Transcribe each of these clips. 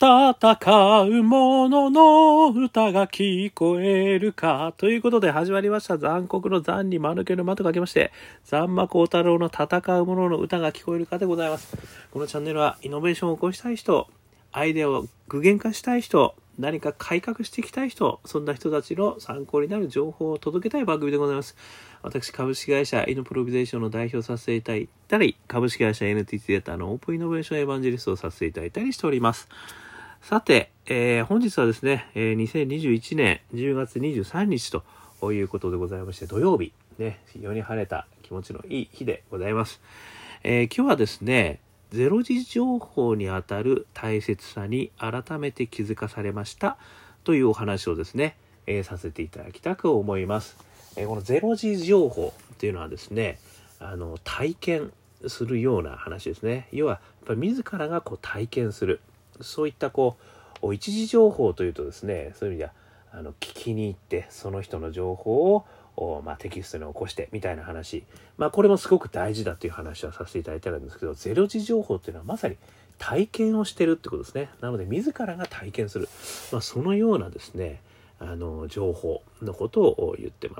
戦う者の歌が聞こえるか。ということで始まりました。残酷の残に間抜けの間と書きまして、残魔高太郎の戦う者の歌が聞こえるかでございます。このチャンネルはイノベーションを起こしたい人、アイデアを具現化したい人、何か改革していきたい人、そんな人たちの参考になる情報を届けたい番組でございます。私、株式会社イノプロビゼーションの代表をさせていただいたり、株式会社 NTT データのオープンイノベーションエヴァンジェリストをさせていただいたりしております。さて、本日はですね、2021年10月23日ということでございまして、土曜日、ね、非常に晴れた気持ちのいい日でございます。今日はですね、ゼロ時情報にあたる大切さに改めて気づかされましたというお話をですね、させていただきたく思います。このゼロ時情報っていうのはですね、体験するような話ですね。要はやっぱり自らがこう体験する、そういったこう一時情報というとですね、そういう意味では聞きに行ってその人の情報をテキストに起こしてみたいな話、これもすごく大事だという話はさせていただいたんですけど、ゼロ時情報っていうのはまさに体験をしてるってことですね。なので自らが体験する、そのようなですね情報のことを言ってます。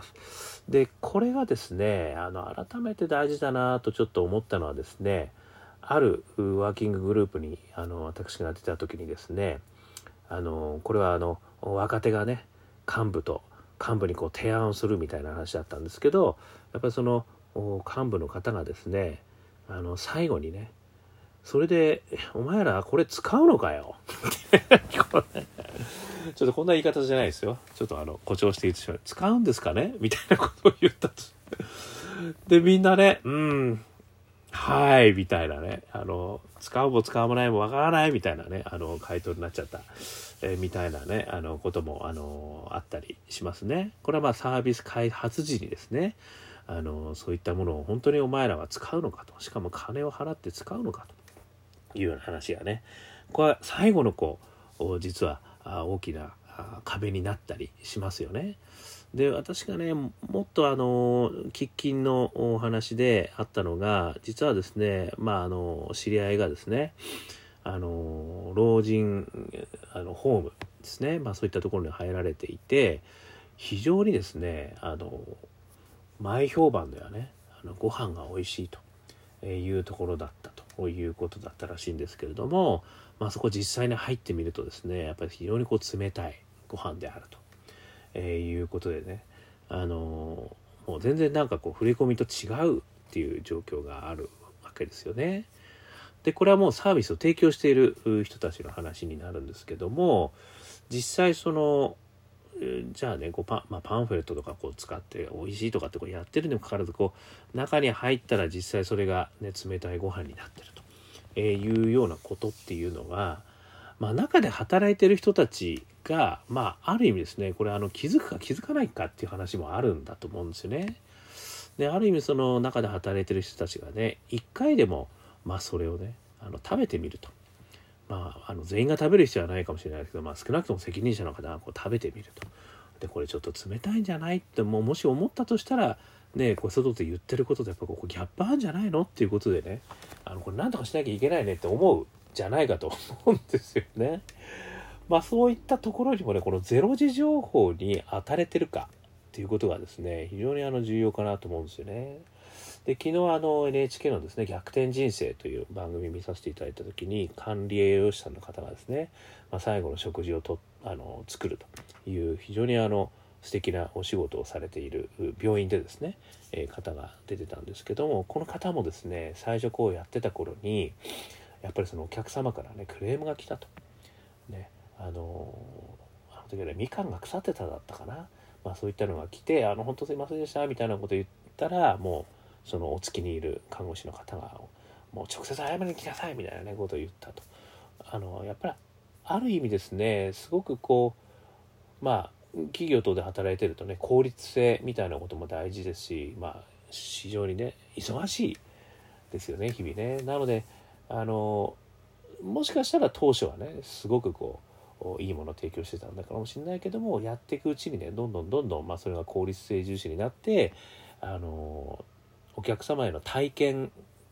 でこれがですね改めて大事だなとちょっと思ったのはですね、あるワーキンググループに私が出た時にですね、これは若手がね幹部にこう提案をするみたいな話だったんですけど、やっぱりその幹部の方がですね最後にね、それでお前らこれ使うのかよちょっとこんな言い方じゃないですよ、ちょっと誇張して言ってしまう、使うんですかねみたいなことを言ったとでみんなねはいみたいなね、使うも使わないもわからないみたいなね回答になっちゃった、みたいなねこともあったりしますね。これはサービス開発時にですねそういったものを本当にお前らは使うのかと、しかも金を払って使うのかというような話がね、これは最後の実は大きな壁になったりしますよね。で私がねもっと喫緊のお話であったのが、実はですね知り合いがですね老人ホームですね、そういったところに入られていて、非常にですね前評判ではねご飯が美味しいというところだったということだったらしいんですけれども、そこ実際に入ってみるとですね、やっぱり非常に冷たいご飯であるということでね、もう全然触れ込みと違うっていう状況があるわけですよね。でこれはもうサービスを提供している人たちの話になるんですけども、実際じゃあねパンフレットとか使って美味しいとかってやってるにもかかわらず中に入ったら実際それがね冷たいご飯になってるというようなことっていうのが、中で働いてる人たちがある意味ですね、これ気づくか気づかないかっていう話もあるんだと思うんですよね。である意味その中で働いてる人たちがね一回でもそれをね食べてみると、全員が食べる必要はないかもしれないですけど、少なくとも責任者の方が食べてみると、でこれちょっと冷たいんじゃないってもし思ったとしたらね、外で言ってることでやっぱギャップあるんじゃないのっていうことでね、これなんとかしなきゃいけないねって思うじゃないかと思うんですよね。そういったところにもねこのゼロ時情報に当たれてるかっていうことがですね非常に重要かなと思うんですよね。で昨日NHK のですね逆転人生という番組見させていただいた時に、管理栄養士さんの方がですね、最後の食事を作るという非常に素敵なお仕事をされている病院でですね、方が出てたんですけども、この方もですね最初やってた頃にやっぱりそのお客様からねクレームが来たとね、あの時はねみかんが腐ってただったかな、そういったのが来て本当すいませんでしたみたいなことを言ったら、もうそのお付きにいる看護師の方がもう直接謝りに来なさいみたいなねことを言ったと。やっぱりある意味ですね、すごく企業等で働いてるとね効率性みたいなことも大事ですし、非常にね忙しいですよね日々ね。なのでもしかしたら当初はねすごくいいものを提供してたんだかもしれないけども、やっていくうちにねどんどんそれが効率性重視になってお客様への体験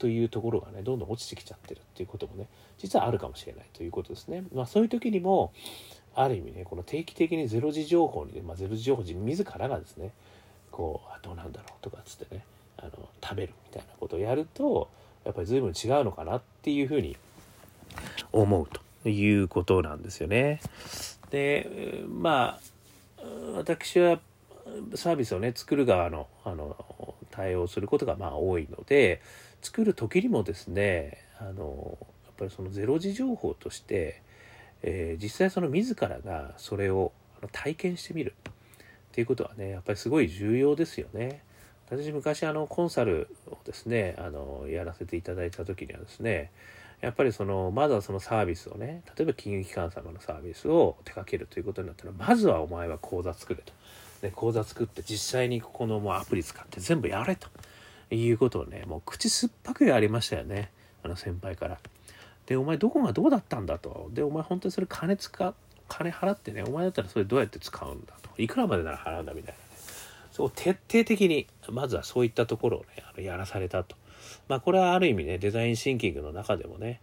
というところがねどんどん落ちてきちゃってるっていうこともね実はあるかもしれないということですね。そういう時にもある意味ねこの定期的にゼロ時情報にね、ゼロ時情報自らがですねこうどうなんだろうとかっつってね食べるみたいなことをやるとやっぱり随分違うのかなっていうふうに思うということなんですよね。で私はサービスをね作る側の対応することが多いので作る時にもですねやっぱりそのゼロ時情報として、実際その自らがそれを体験してみるっていうことはねやっぱりすごい重要ですよね。私昔コンサルをですねやらせていただいた時にはですねやっぱりまずはそのサービスをね例えば金融機関様のサービスを手掛けるということになったらまずはお前は口座作れと、口座作って実際にここのもうアプリ使って全部やれということをねもう口酸っぱくやりましたよね先輩から。でお前どこがどうだったんだと。でお前本当にそれ金払ってねお前だったらそれどうやって使うんだと。いくらまでなら払うんだみたいなね。そう徹底的にまずはそういったところをねやらされたと。これはある意味ねデザインシンキングの中でもね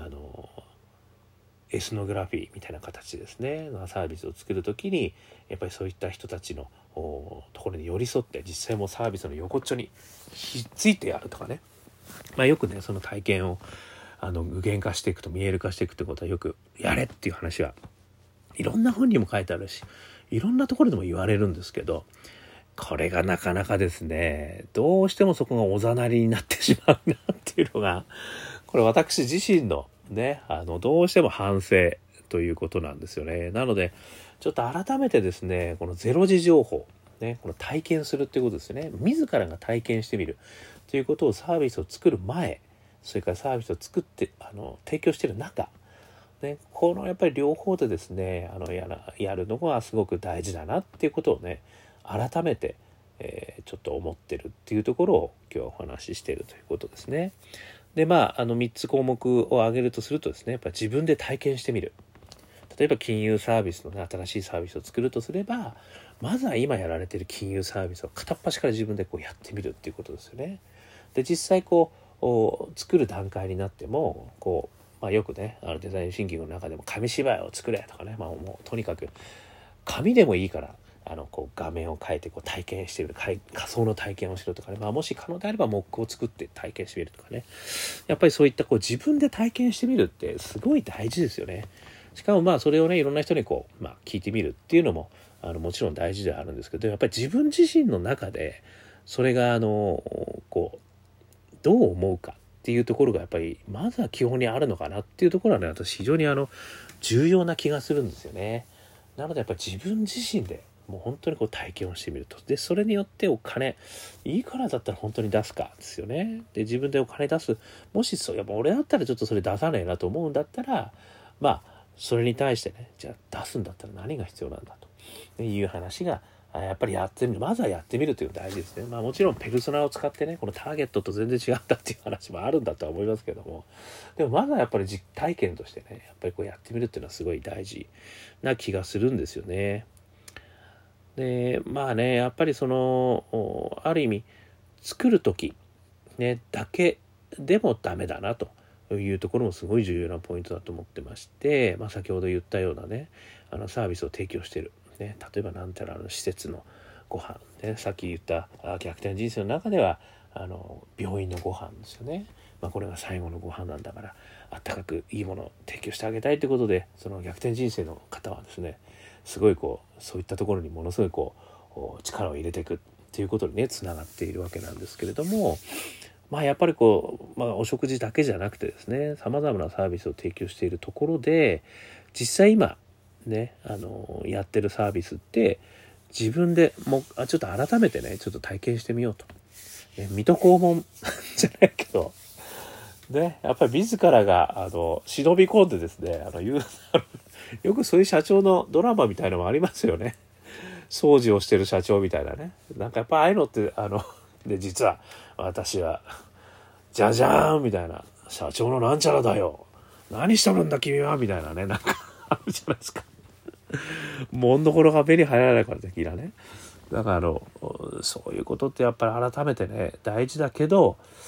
エスノグラフィーみたいな形ですねサービスを作るときにやっぱりそういった人たちのところに寄り添って実際もサービスの横っちょにひっついてやるとかね、よくねその体験を具現化していくと見える化していくってことはよくやれっていう話はいろんな本にも書いてあるしいろんなところでも言われるんですけどこれがなかなかですねどうしてもそこがおざなりになってしまうなっていうのがこれ私自身のねどうしても反省ということなんですよね。なのでちょっと改めてですねこのゼロ時情報ねこの体験するっていうことですよね。自らが体験してみるということをサービスを作る前それからサービスを作って提供している中ね、このやっぱり両方でですねやるのがすごく大事だなっていうことをね改めて、ちょっと思ってるっていうところを今日はお話ししているということですね。で3つ項目を挙げるとするとですねやっぱ自分で体験してみる。例えば金融サービスのね新しいサービスを作るとすればまずは今やられている金融サービスを片っ端から自分でやってみるっていうことですよね。で実際作る段階になってもよくねデザインシンキングの中でも紙芝居を作れとかねもうとにかく紙でもいいから画面を変えて体験してみる仮想の体験をしろとかね、もし可能であればモックを作って体験してみるとかねやっぱりそういった自分で体験してみるってすごい大事ですよね。しかもそれをねいろんな人に聞いてみるっていうのももちろん大事ではあるんですけどやっぱり自分自身の中でそれがどう思うかっていうところがやっぱりまずは基本にあるのかなっていうところはね私非常に重要な気がするんですよね。なのでやっぱり自分自身でもう本当に体験をしてみるとでそれによってお金いくらだったら本当に出すかですよね。で自分でお金出すもしやっぱ俺だったらちょっとそれ出さねえなと思うんだったらそれに対してねじゃあ出すんだったら何が必要なんだという話がやっぱりやってみるまずはやってみるというのが大事ですね。もちろんペルソナを使ってねこのターゲットと全然違ったっていう話もあるんだとは思いますけどもでもまずはやっぱり実体験としてねやっぱりやってみるっていうのはすごい大事な気がするんですよね。でやっぱりある意味作る時ねだけでもダメだなというところもすごい重要なポイントだと思ってまして、先ほど言ったようなねサービスを提供している、ね、例えばなんたら施設のご飯、ね、さっき言った逆転人生の中では病院のご飯ですよね。これが最後のご飯なんだからあったかくいいものを提供してあげたいということでその逆転人生の方はですねすごいそういったところにものすごい力を入れていくっていうことにねつながっているわけなんですけれどもやっぱりお食事だけじゃなくてですねさまざまなサービスを提供しているところで実際今ねやってるサービスって自分でちょっと改めてねちょっと体験してみようと、水戸黄門じゃないけどねやっぱり自らが忍び込んでですねよくそういう社長のドラマみたいなのもありますよね。掃除をしてる社長みたいなねやっぱああいうのってで実は私はじゃじゃーんみたいな社長のなんちゃらだよ何しとるんだ君はみたいなねあるじゃないですか。もんどころが目に入らないから的なね。だからそういうことってやっぱり改めてね大事だけど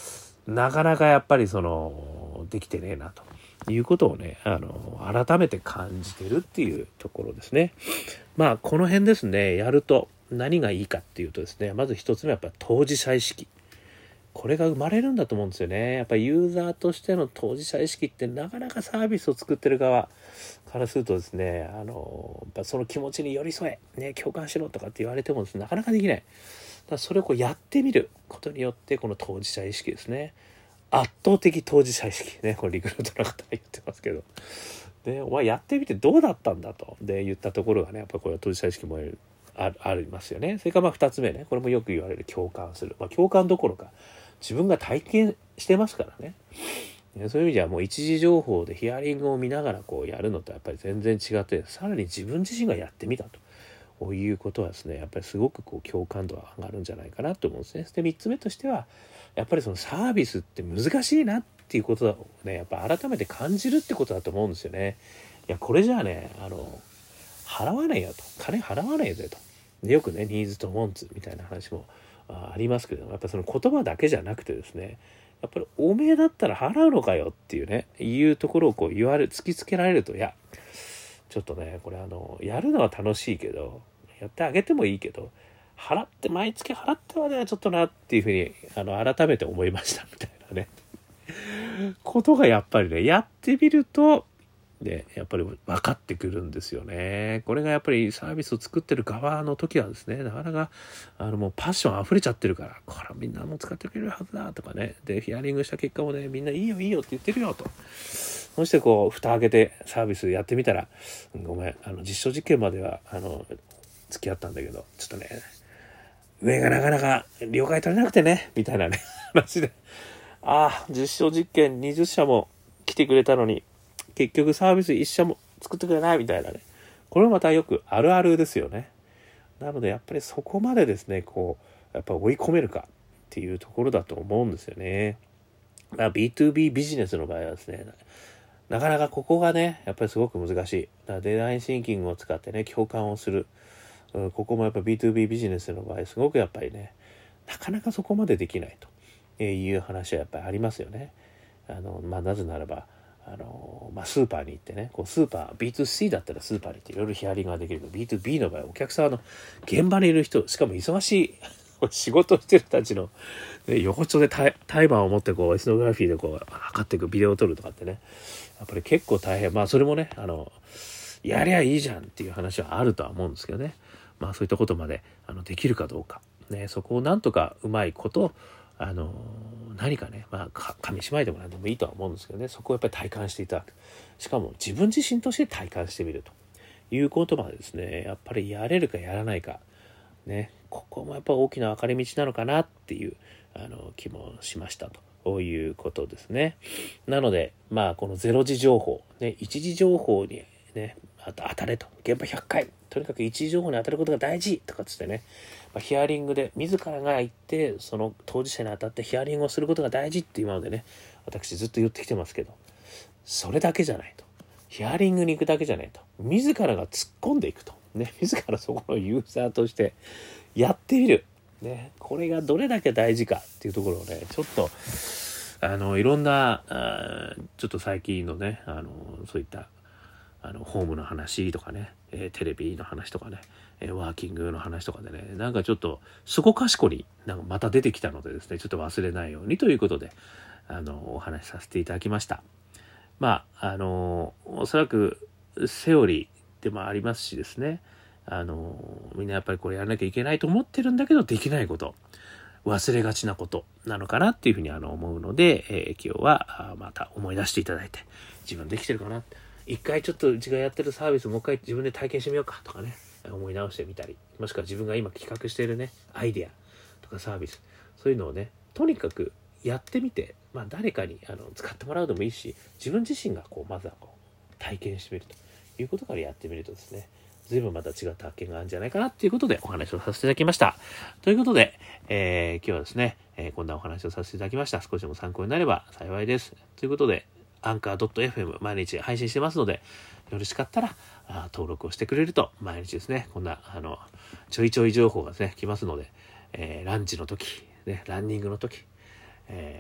なかなかやっぱりできてねえなということをね、改めて感じてるっていうところですね。まあこの辺ですね、やると何がいいかっていうとですね、まず一つ目はやっぱり当事者意識。これが生まれるんだと思うんですよね。やっぱりユーザーとしての当事者意識ってなかなかサービスを作ってる側からするとですね、やっぱその気持ちに寄り添え、ね、共感しろとかって言われてもですね、なかなかできない。だからそれをこうやってみることによってこの当事者意識ですね。圧倒的当事者意識ね、これリクルートの方が言ってますけど。で、お前やってみてどうだったんだと。で、言ったところがね、やっぱりこれは当事者意識もありますよね。それから2つ目ね、これもよく言われる共感する。共感どころか、自分が体験してますからね。そういう意味ではもう一時情報でヒアリングを見ながらこうやるのとやっぱり全然違って、さらに自分自身がやってみたということはですね、やっぱりすごくこう共感度が上がるんじゃないかなと思うんですね。で3つ目としてはやっぱりそのサービスって難しいなっていうことをね、やっぱ改めて感じるってことだと思うんですよね。いやこれじゃあね、払わねえよと、金払わねえぜと。でよくねニーズとウォンツみたいな話もありますけども、やっぱその言葉だけじゃなくてですね、やっぱりおめえだったら払うのかよっていうね、いうところをこう突きつけられると、いやちょっとねこれやるのは楽しいけど、やってあげてもいいけど、毎月払ってまではちょっとなっていうふうに改めて思いましたみたいなねことがやっぱりねやってみるとでやっぱり分かってくるんですよね。これがやっぱりサービスを作ってる側の時はですね、なかなかもうパッション溢れちゃってるから、これはみんなもう使ってくれるはずだとかね、でヒアリングした結果もね、みんないいよいいよって言ってるよと。そしてこう蓋開けてサービスやってみたら、ごめん実証実験までは付き合ったんだけど、ちょっとね上がなかなか了解取れなくてねみたいなね話で、実証実験20社も来てくれたのに結局サービス1社も作ってくれないみたいなね、これもまたよくあるあるですよね。なのでやっぱりそこまでですねこうやっぱ追い込めるかっていうところだと思うんですよね。B2B ビジネスの場合はですね、なかなかここがねやっぱりすごく難しい。だからデザインシンキングを使ってね共感をする、ここもやっぱ B2B ビジネスの場合すごくやっぱりねなかなかそこまでできないという話はやっぱりありますよね。なぜならばスーパーに行ってね、こうスーパー B2C だったらスーパーに行っていろいろヒアリングができるけど、 B2B の場合お客さん現場にいる人、しかも忙しい仕事してる人たちの、ね、横丁でタイマーを持ってこうエスノグラフィーでこう測っていく、ビデオを撮るとかってね、やっぱり結構大変。それもねやりゃいいじゃんっていう話はあるとは思うんですけどね、そういったことまでできるかどうか、ね、そこをなんとかうまいこと何かね、紙芝居でも何でもいいとは思うんですけどね、そこをやっぱり体感していただく。しかも自分自身として体感してみるということまでですね、やっぱりやれるかやらないかね、ここもやっぱ大きな分かれ道なのかなっていう気もしましたということですね。なのでこのゼロ時情報、ね、一時情報にね当たれと、現場100回とにかく一時情報に当たることが大事とかつってね、ヒアリングで自らが行ってその当事者に当たってヒアリングをすることが大事って今までね私ずっと言ってきてますけど、それだけじゃないと、ヒアリングに行くだけじゃないと、自らが突っ込んでいくとね、自らそこのユーザーとしてやってみるね、これがどれだけ大事かっていうところをね、ちょっといろんなちょっと最近のねそういったホームの話とかね、テレビの話とかね、ワーキングの話とかでね、なんかちょっとそこかしこになんかまた出てきたのでですね、ちょっと忘れないようにということでお話しさせていただきました。おそらくセオリーでもありますしですね、みんなやっぱりこれやらなきゃいけないと思ってるんだけどできないこと、忘れがちなことなのかなっていうふうに思うので、今日はまた思い出していただいて、自分できてるかな、一回ちょっとうちがやってるサービスもう一回自分で体験してみようかとかね、思い直してみたり、もしくは自分が今企画しているねアイデアとかサービス、そういうのをねとにかくやってみて、誰かに使ってもらうでもいいし、自分自身がまずは体験してみるということからやってみるとですね、随分また違った発見があるんじゃないかなということでお話をさせていただきました。ということで、今日はですね、こんなお話をさせていただきました。少しでも参考になれば幸いです。ということで、アンカー .fm 毎日配信してますので、よろしかったら登録をしてくれると毎日ですね、こんなちょいちょい情報がですね来ますので、ランチの時、ね、ランニングの時、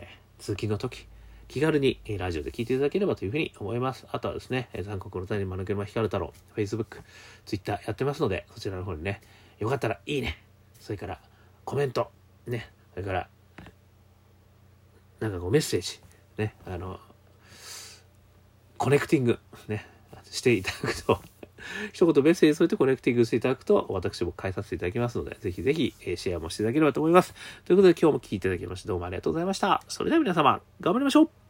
通勤の時、気軽にラジオで聞いていただければというふうに思います。あとはですね、残酷の谷間抜け沼光太郎、Facebook、Twitter やってますので、そちらの方にね、よかったらいいね、それからコメント、ね、それからなんかこうメッセージ、ね、コネクティング、ね、していただくと、一言メッセージ添えてコネクティングしていただくと、私も返させていただきますので、ぜひぜひシェアもしていただければと思います。ということで今日も聞いていただきましてどうもありがとうございました。それでは皆様、頑張りましょう。